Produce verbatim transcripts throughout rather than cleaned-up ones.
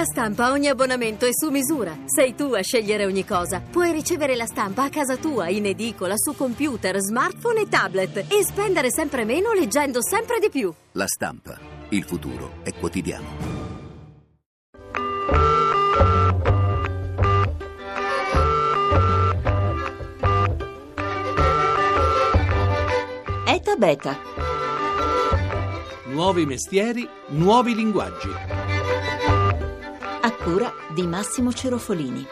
Stampa ogni abbonamento è su misura. Sei tu a scegliere ogni cosa. Puoi ricevere la stampa a casa tua, in edicola, su computer, smartphone e tablet e spendere sempre meno leggendo sempre di più. La Stampa. Il futuro è quotidiano. Eta Beta. Nuovi mestieri, nuovi linguaggi. A cura di Massimo Cerofolini.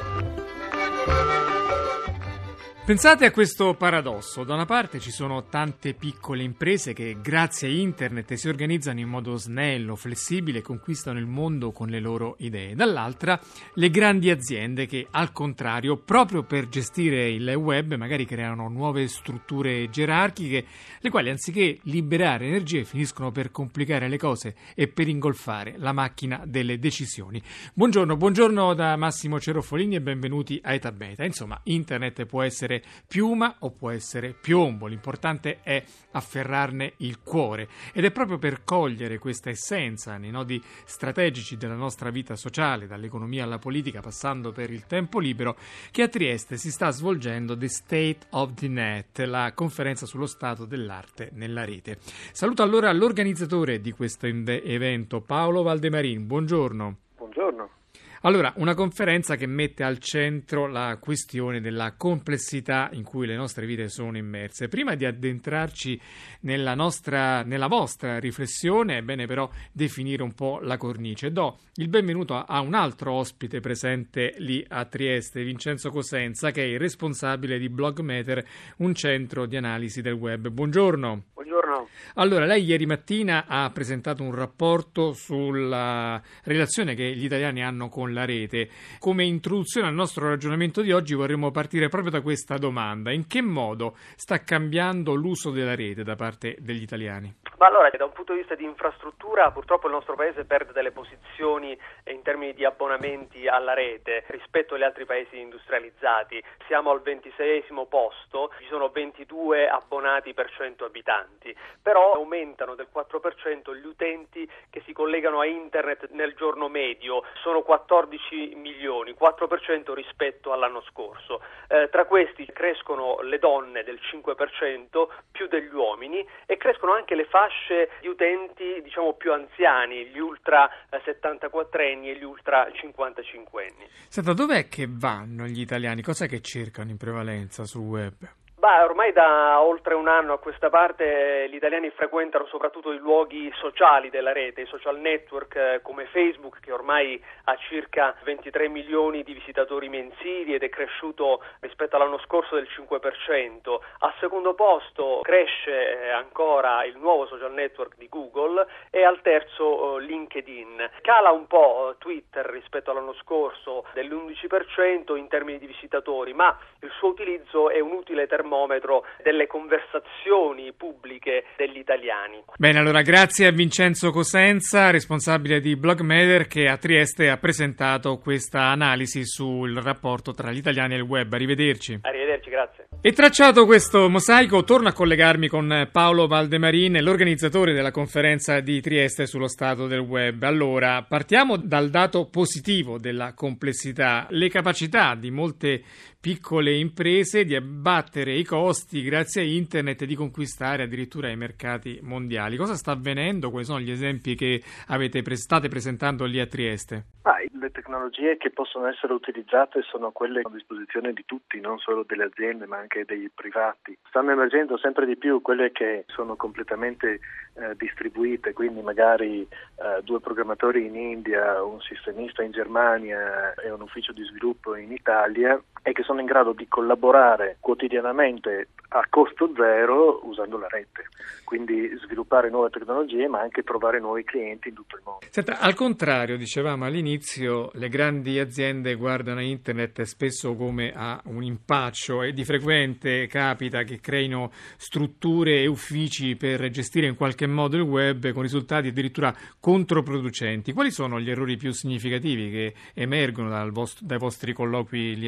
Pensate a questo paradosso. Da una parte ci sono tante piccole imprese che grazie a internet si organizzano in modo snello, flessibile e conquistano il mondo con le loro idee. Dall'altra le grandi aziende che al contrario, proprio per gestire il web, magari creano nuove strutture gerarchiche, le quali anziché liberare energie finiscono per complicare le cose e per ingolfare la macchina delle decisioni. Buongiorno, buongiorno da Massimo Cerofolini e benvenuti a Eta Beta. Insomma, internet può essere piuma o può essere piombo, l'importante è afferrarne il cuore, ed è proprio per cogliere questa essenza nei nodi strategici della nostra vita sociale, dall'economia alla politica passando per il tempo libero, che a Trieste si sta svolgendo The State of the Net, la conferenza sullo stato dell'arte nella rete. Saluto allora l'organizzatore di questo evento, Paolo Valdemarin. Buongiorno. Buongiorno. Allora, una conferenza che mette al centro la questione della complessità in cui le nostre vite sono immerse. Prima di addentrarci nella nostra, nella vostra riflessione, è bene però definire un po' la cornice. Do il benvenuto a un altro ospite presente lì a Trieste, Vincenzo Cosenza, che è il responsabile di Blogmeter, un centro di analisi del web. Buongiorno. Buongiorno. Allora, lei ieri mattina ha presentato un rapporto sulla relazione che gli italiani hanno con la rete. Come introduzione al nostro ragionamento di oggi vorremmo partire proprio da questa domanda: in che modo sta cambiando l'uso della rete da parte degli italiani? Ma allora, da un punto di vista di infrastruttura, purtroppo il nostro paese perde delle posizioni in termini di abbonamenti alla rete rispetto agli altri paesi industrializzati. Siamo al ventiseiesimo posto, ci sono ventidue abbonati per cento abitanti, però aumentano del quattro per cento gli utenti che si collegano a internet nel giorno medio, sono quattordici milioni, quattro per cento rispetto all'anno scorso. Eh, tra questi crescono le donne del cinque per cento, più degli uomini, e crescono anche le fasce di utenti diciamo più anziani, gli ultra settantaquattrenni e gli ultra cinquantacinquenni. Senta, dov'è che vanno gli italiani? Cos'è che cercano in prevalenza sul web? Beh, ormai da oltre un anno a questa parte gli italiani frequentano soprattutto i luoghi sociali della rete, i social network eh, come Facebook, che ormai ha circa ventitré milioni di visitatori mensili ed è cresciuto rispetto all'anno scorso del cinque per cento. Al secondo posto cresce eh, ancora il nuovo social network di Google e al terzo eh, LinkedIn. Cala un po' eh, Twitter rispetto all'anno scorso dell'undici per cento in termini di visitatori, ma il suo utilizzo è un utile termometro delle conversazioni pubbliche degli italiani. Bene, allora grazie a Vincenzo Cosenza, responsabile di Blogmeter, che a Trieste ha presentato questa analisi sul rapporto tra gli italiani e il web. Arrivederci. Arrivederci, grazie. E tracciato questo mosaico, torno a collegarmi con Paolo Valdemarin, l'organizzatore della conferenza di Trieste sullo stato del web. Allora, partiamo dal dato positivo della complessità, le capacità di molte piccole imprese di abbattere i costi grazie a internet e di conquistare addirittura i mercati mondiali. Cosa sta avvenendo? Quali sono gli esempi che avete pre- state presentando lì a Trieste? Ah, le tecnologie che possono essere utilizzate sono quelle a disposizione di tutti, non solo delle aziende ma anche dei privati. Stanno emergendo sempre di più quelle che sono completamente eh, distribuite, quindi magari eh, due programmatori in India, un sistemista in Germania e un ufficio di sviluppo in Italia, e che sono in grado di collaborare quotidianamente a costo zero usando la rete, quindi sviluppare nuove tecnologie ma anche trovare nuovi clienti in tutto il mondo. Senta, al contrario, dicevamo all'inizio, le grandi aziende guardano internet spesso come a un impaccio e di frequente capita che creino strutture e uffici per gestire in qualche modo il web con risultati addirittura controproducenti. Quali sono gli errori più significativi che emergono dal vostro, dai vostri colloqui lì a Trieste?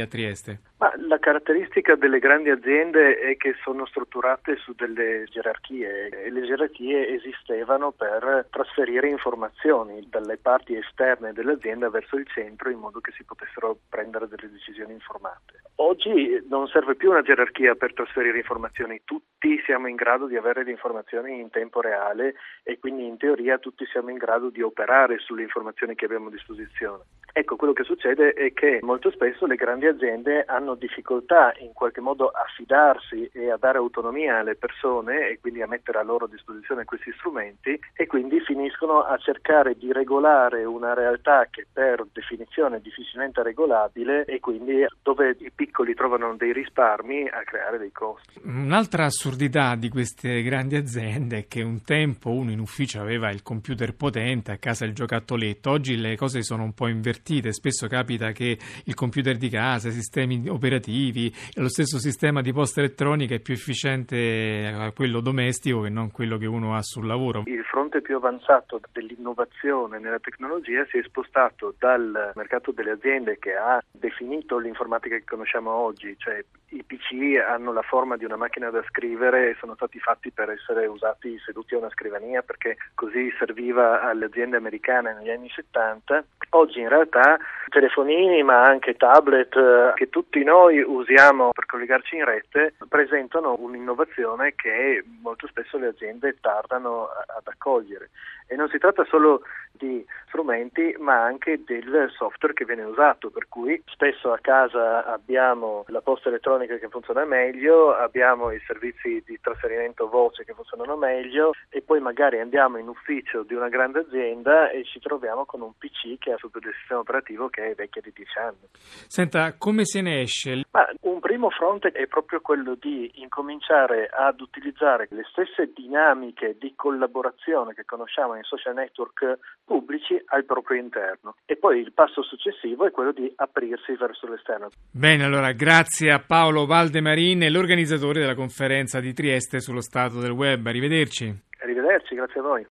Trieste? Ma la caratteristica delle grandi aziende è che sono strutturate su delle gerarchie e le gerarchie esistevano per trasferire informazioni dalle parti esterne dell'azienda verso il centro in modo che si potessero prendere delle decisioni informate. Oggi non serve più una gerarchia per trasferire informazioni, tutti siamo in grado di avere le informazioni in tempo reale e quindi in teoria tutti siamo in grado di operare sulle informazioni che abbiamo a disposizione. Ecco, quello che succede è che molto spesso le grandi aziende hanno difficoltà in qualche modo a fidarsi e a dare autonomia alle persone e quindi a mettere a loro disposizione questi strumenti e quindi finiscono a cercare di regolare una realtà che per definizione è difficilmente regolabile e quindi dove i piccoli trovano dei risparmi a creare dei costi. Un'altra assurdità di queste grandi aziende è che un tempo uno in ufficio aveva il computer potente, a casa il giocattoletto, oggi le cose sono un po' invertite. Spesso capita che il computer di casa, i sistemi operativi, lo stesso sistema di posta elettronica è più efficiente a quello domestico che non quello che uno ha sul lavoro. Il fronte più avanzato dell'innovazione nella tecnologia si è spostato dal mercato delle aziende che ha definito l'informatica che conosciamo oggi, cioè i P C hanno la forma di una macchina da scrivere e sono stati fatti per essere usati seduti a una scrivania perché così serviva alle aziende americane negli anni settanta. Oggi in realtà telefonini ma anche tablet che tutti noi usiamo per collegarci in rete presentano un'innovazione che molto spesso le aziende tardano ad accogliere e non si tratta solo di strumenti ma anche del software che viene usato, per cui spesso a casa abbiamo la posta elettronica che funziona meglio, abbiamo i servizi di trasferimento voce che funzionano meglio e poi magari andiamo in ufficio di una grande azienda e ci troviamo con un P C che ha sotto del sistema operativo che è vecchio di dieci anni. Senta, come se ne esce? Ma un primo fronte è proprio quello di incominciare ad utilizzare le stesse dinamiche di collaborazione che conosciamo nei social network pubblici al proprio interno e poi il passo successivo è quello di aprirsi verso l'esterno. Bene, allora grazie a Paolo Valdemarin, l'organizzatore della conferenza di Trieste sullo stato del web. Arrivederci. Arrivederci, grazie a voi.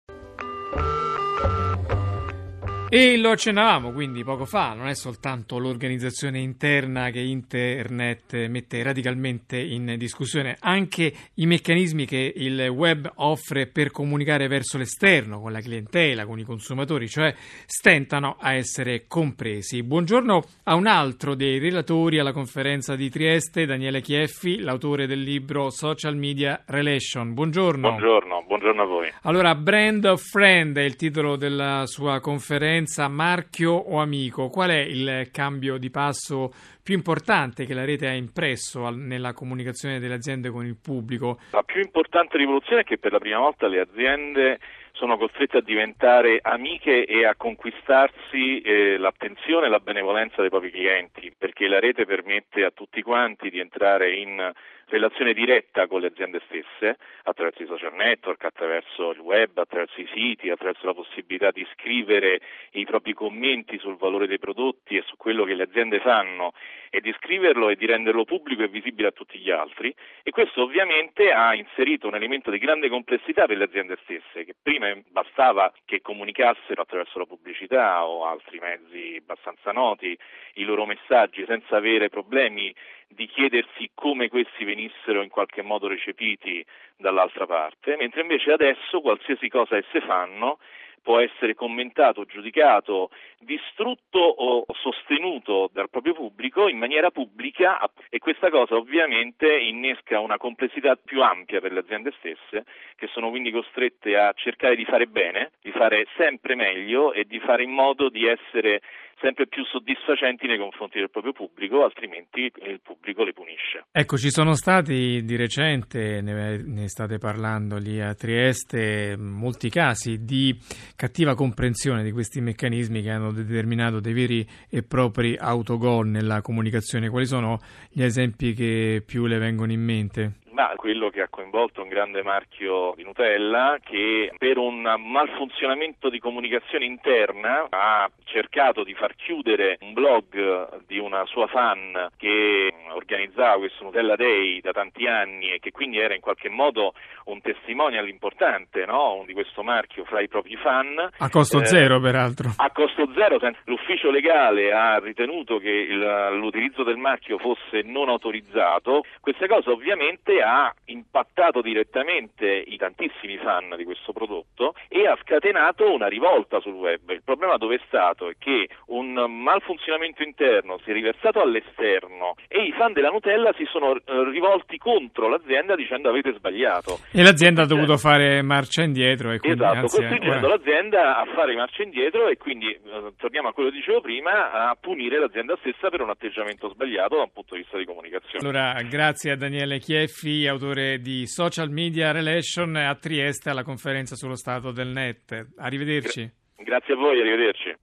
E lo accennavamo quindi poco fa, non è soltanto l'organizzazione interna che Internet mette radicalmente in discussione, anche i meccanismi che il web offre per comunicare verso l'esterno, con la clientela, con i consumatori, cioè stentano a essere compresi. Buongiorno a un altro dei relatori alla conferenza di Trieste, Daniele Chieffi, l'autore del libro Social Media Relation. Buongiorno. Buongiorno, buongiorno a voi. Allora, Brand of Friend è il titolo della sua conferenza. Marchio o amico, qual è il cambio di passo più importante che la rete ha impresso nella comunicazione delle aziende con il pubblico? La più importante rivoluzione è che per la prima volta le aziende sono costrette a diventare amiche e a conquistarsi eh, l'attenzione e la benevolenza dei propri clienti, perché la rete permette a tutti quanti di entrare in relazione diretta con le aziende stesse attraverso i social network, attraverso il web, attraverso i siti, attraverso la possibilità di scrivere i propri commenti sul valore dei prodotti e su quello che le aziende fanno e di scriverlo e di renderlo pubblico e visibile a tutti gli altri, e questo ovviamente ha inserito un elemento di grande complessità per le aziende stesse, che prima bastava che comunicassero attraverso la pubblicità o altri mezzi abbastanza noti i loro messaggi senza avere problemi di chiedersi come questi venissero in qualche modo recepiti dall'altra parte, mentre invece adesso qualsiasi cosa esse fanno può essere commentato, giudicato, distrutto o sostenuto dal proprio pubblico in maniera pubblica, e questa cosa ovviamente innesca una complessità più ampia per le aziende stesse, che sono quindi costrette a cercare di fare bene, di fare sempre meglio e di fare in modo di essere sempre più soddisfacenti nei confronti del proprio pubblico, altrimenti il pubblico le punisce. Ecco, ci sono stati di recente, ne, ne state parlando lì a Trieste, molti casi di cattiva comprensione di questi meccanismi che hanno determinato dei veri e propri autogol nella comunicazione. Quali sono gli esempi che più le vengono in mente? Ma quello che ha coinvolto un grande marchio di Nutella che per un malfunzionamento di comunicazione interna ha cercato di far chiudere un blog di una sua fan che organizzava questo Nutella Day da tanti anni e che quindi era in qualche modo un testimonial importante, no? Di questo marchio fra i propri fan. A costo eh, zero peraltro. A costo zero, l'ufficio legale ha ritenuto che il, l'utilizzo del marchio fosse non autorizzato. Questa cosa ovviamente ha impattato direttamente i tantissimi fan di questo prodotto e ha scatenato una rivolta sul web. Il problema dove è stato è che un malfunzionamento interno si è riversato all'esterno e i fan della Nutella si sono rivolti contro l'azienda dicendo avete sbagliato. E l'azienda ha dovuto fare marcia indietro e quindi, esatto, anzi, costringendo ora... l'azienda a fare marcia indietro e quindi eh, torniamo a quello che dicevo prima, a punire l'azienda stessa per un atteggiamento sbagliato da un punto di vista di comunicazione. Allora, grazie a Daniele Chieffi, autore di Social Media Relation a Trieste alla conferenza sullo stato del net. Arrivederci. Gra- grazie a voi, arrivederci.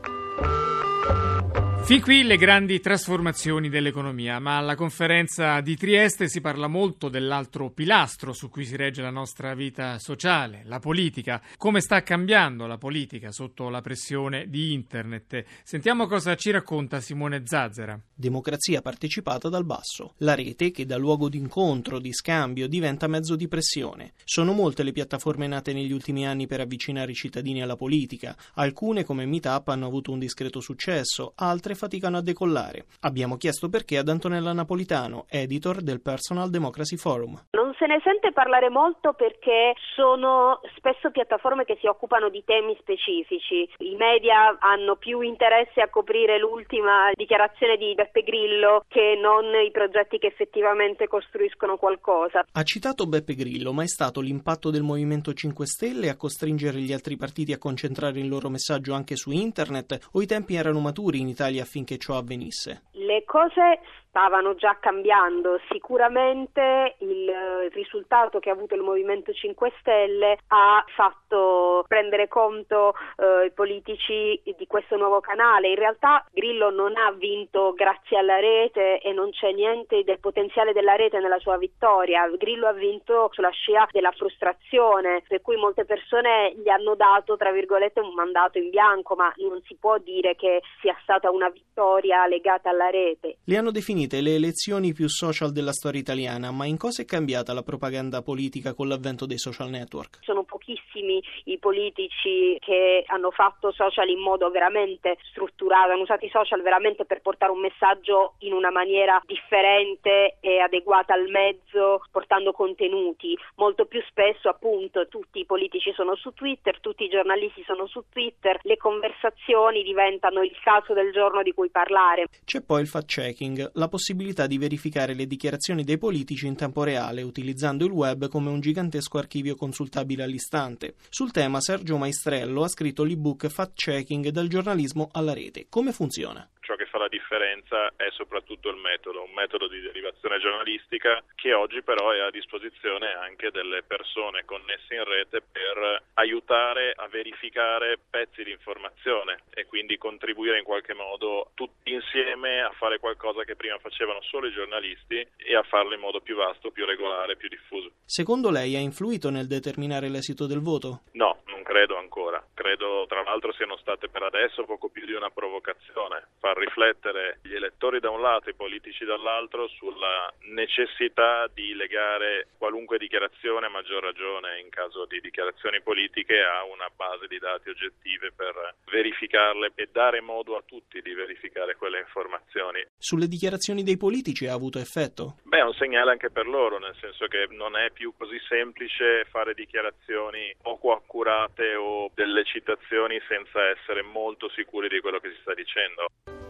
Fin qui le grandi trasformazioni dell'economia, ma alla conferenza di Trieste si parla molto dell'altro pilastro su cui si regge la nostra vita sociale, la politica. Come sta cambiando la politica sotto la pressione di Internet? Sentiamo cosa ci racconta Simone Zazzera. Democrazia partecipata dal basso. La rete, che da luogo di incontro, di scambio, diventa mezzo di pressione. Sono molte le piattaforme nate negli ultimi anni per avvicinare i cittadini alla politica. Alcune, come Meetup, hanno avuto un discreto successo, altre faticano a decollare. Abbiamo chiesto perché ad Antonella Napolitano, editor del Personal Democracy Forum. Non se ne sente parlare molto perché sono spesso piattaforme che si occupano di temi specifici. I media hanno più interesse a coprire l'ultima dichiarazione di Beppe Grillo che non i progetti che effettivamente costruiscono qualcosa. Ha citato Beppe Grillo, ma è stato l'impatto del Movimento cinque Stelle a costringere gli altri partiti a concentrare il loro messaggio anche su internet, o i tempi erano maturi in Italia affinché ciò avvenisse? Le cose stavano già cambiando. Sicuramente il risultato che ha avuto il Movimento cinque Stelle ha fatto prendere conto eh, i politici di questo nuovo canale. In realtà Grillo non ha vinto grazie alla rete e non c'è niente del potenziale della rete nella sua vittoria. Grillo ha vinto sulla scia della frustrazione, per cui molte persone gli hanno dato, tra virgolette, un mandato in bianco, ma non si può dire che sia stata una vittoria legata alla rete. Le hanno definite le elezioni più social della storia italiana, ma in cosa è cambiata la propaganda politica con l'avvento dei social network? Sono pochissimi i politici che hanno fatto social in modo veramente strutturato, hanno usato i social veramente per portare un messaggio in una maniera differente e adeguata al mezzo, portando contenuti. Molto più spesso, appunto, tutti i politici sono su Twitter, tutti i giornalisti sono su Twitter, le conversazioni diventano il caso del giorno di cui parlare. C'è poi il fact-checking, la possibilità di verificare le dichiarazioni dei politici in tempo reale utilizzando il web come un gigantesco archivio consultabile all'istante. Sul tema Sergio Maestrello ha scritto l'ebook Fact Checking dal giornalismo alla rete. Come funziona? Ciò che fa la differenza è soprattutto il metodo, un metodo di derivazione giornalistica che oggi però è a disposizione anche delle persone connesse in rete per aiutare a verificare pezzi di informazione e quindi contribuire in qualche modo tutti insieme a fare qualcosa che prima facevano solo i giornalisti e a farlo in modo più vasto, più regolare, più diffuso. Secondo lei ha influito nel determinare l'esito del voto? No, non credo ancora. Credo tra l'altro siano state per adesso poco più di una provocazione. Far riflettere gli elettori da un lato e i politici dall'altro sulla necessità di legare qualunque dichiarazione, a maggior ragione in caso di dichiarazioni politiche, a una base di dati oggettive per verificarle e dare modo a tutti di verificare quelle informazioni. Sulle dichiarazioni dei politici ha avuto effetto? Beh, è un segnale anche per loro, nel senso che non è più così semplice fare dichiarazioni poco accurate o delle citazioni senza essere molto sicuri di quello che si sta dicendo.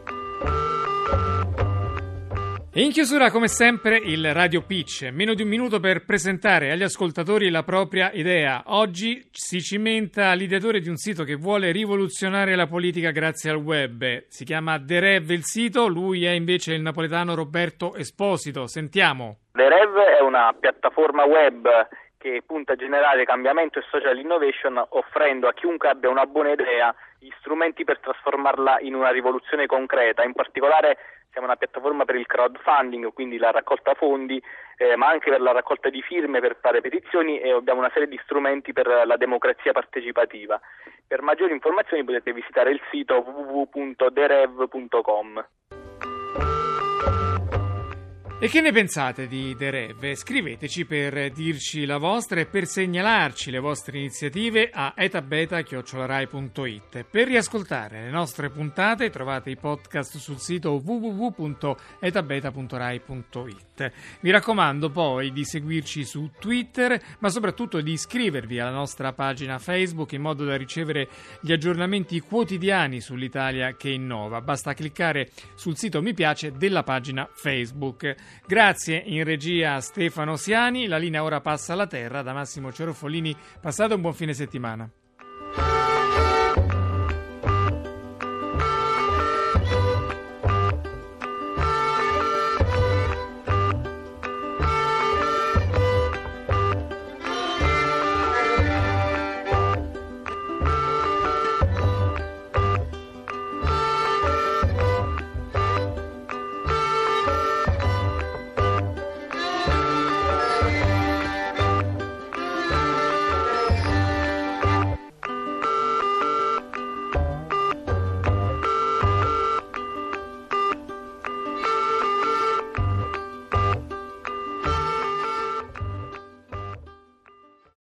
E in chiusura, come sempre, il Radio Pitch. Meno di un minuto per presentare agli ascoltatori la propria idea. Oggi si cimenta l'ideatore di un sito che vuole rivoluzionare la politica grazie al web. Si chiama The Rev il sito, lui è invece il napoletano Roberto Esposito. Sentiamo. The Rev è una piattaforma web che punta a generare cambiamento e social innovation, offrendo a chiunque abbia una buona idea gli strumenti per trasformarla in una rivoluzione concreta. In particolare siamo una piattaforma per il crowdfunding, quindi la raccolta fondi, eh, ma anche per la raccolta di firme per fare petizioni, e abbiamo una serie di strumenti per la democrazia partecipativa. Per maggiori informazioni potete visitare il sito w w w punto derev punto com. E che ne pensate di Derev? Scriveteci per dirci la vostra e per segnalarci le vostre iniziative a etabeta chiocciola rai punto it. Per riascoltare le nostre puntate trovate i podcast sul sito w w w punto etabeta punto rai punto it. Vi raccomando poi di seguirci su Twitter, ma soprattutto di iscrivervi alla nostra pagina Facebook in modo da ricevere gli aggiornamenti quotidiani sull'Italia che innova. Basta cliccare sul sito mi piace della pagina Facebook. Grazie in regia a Stefano Siani, la linea ora passa alla terra da Massimo Cerofolini. Passate un buon fine settimana.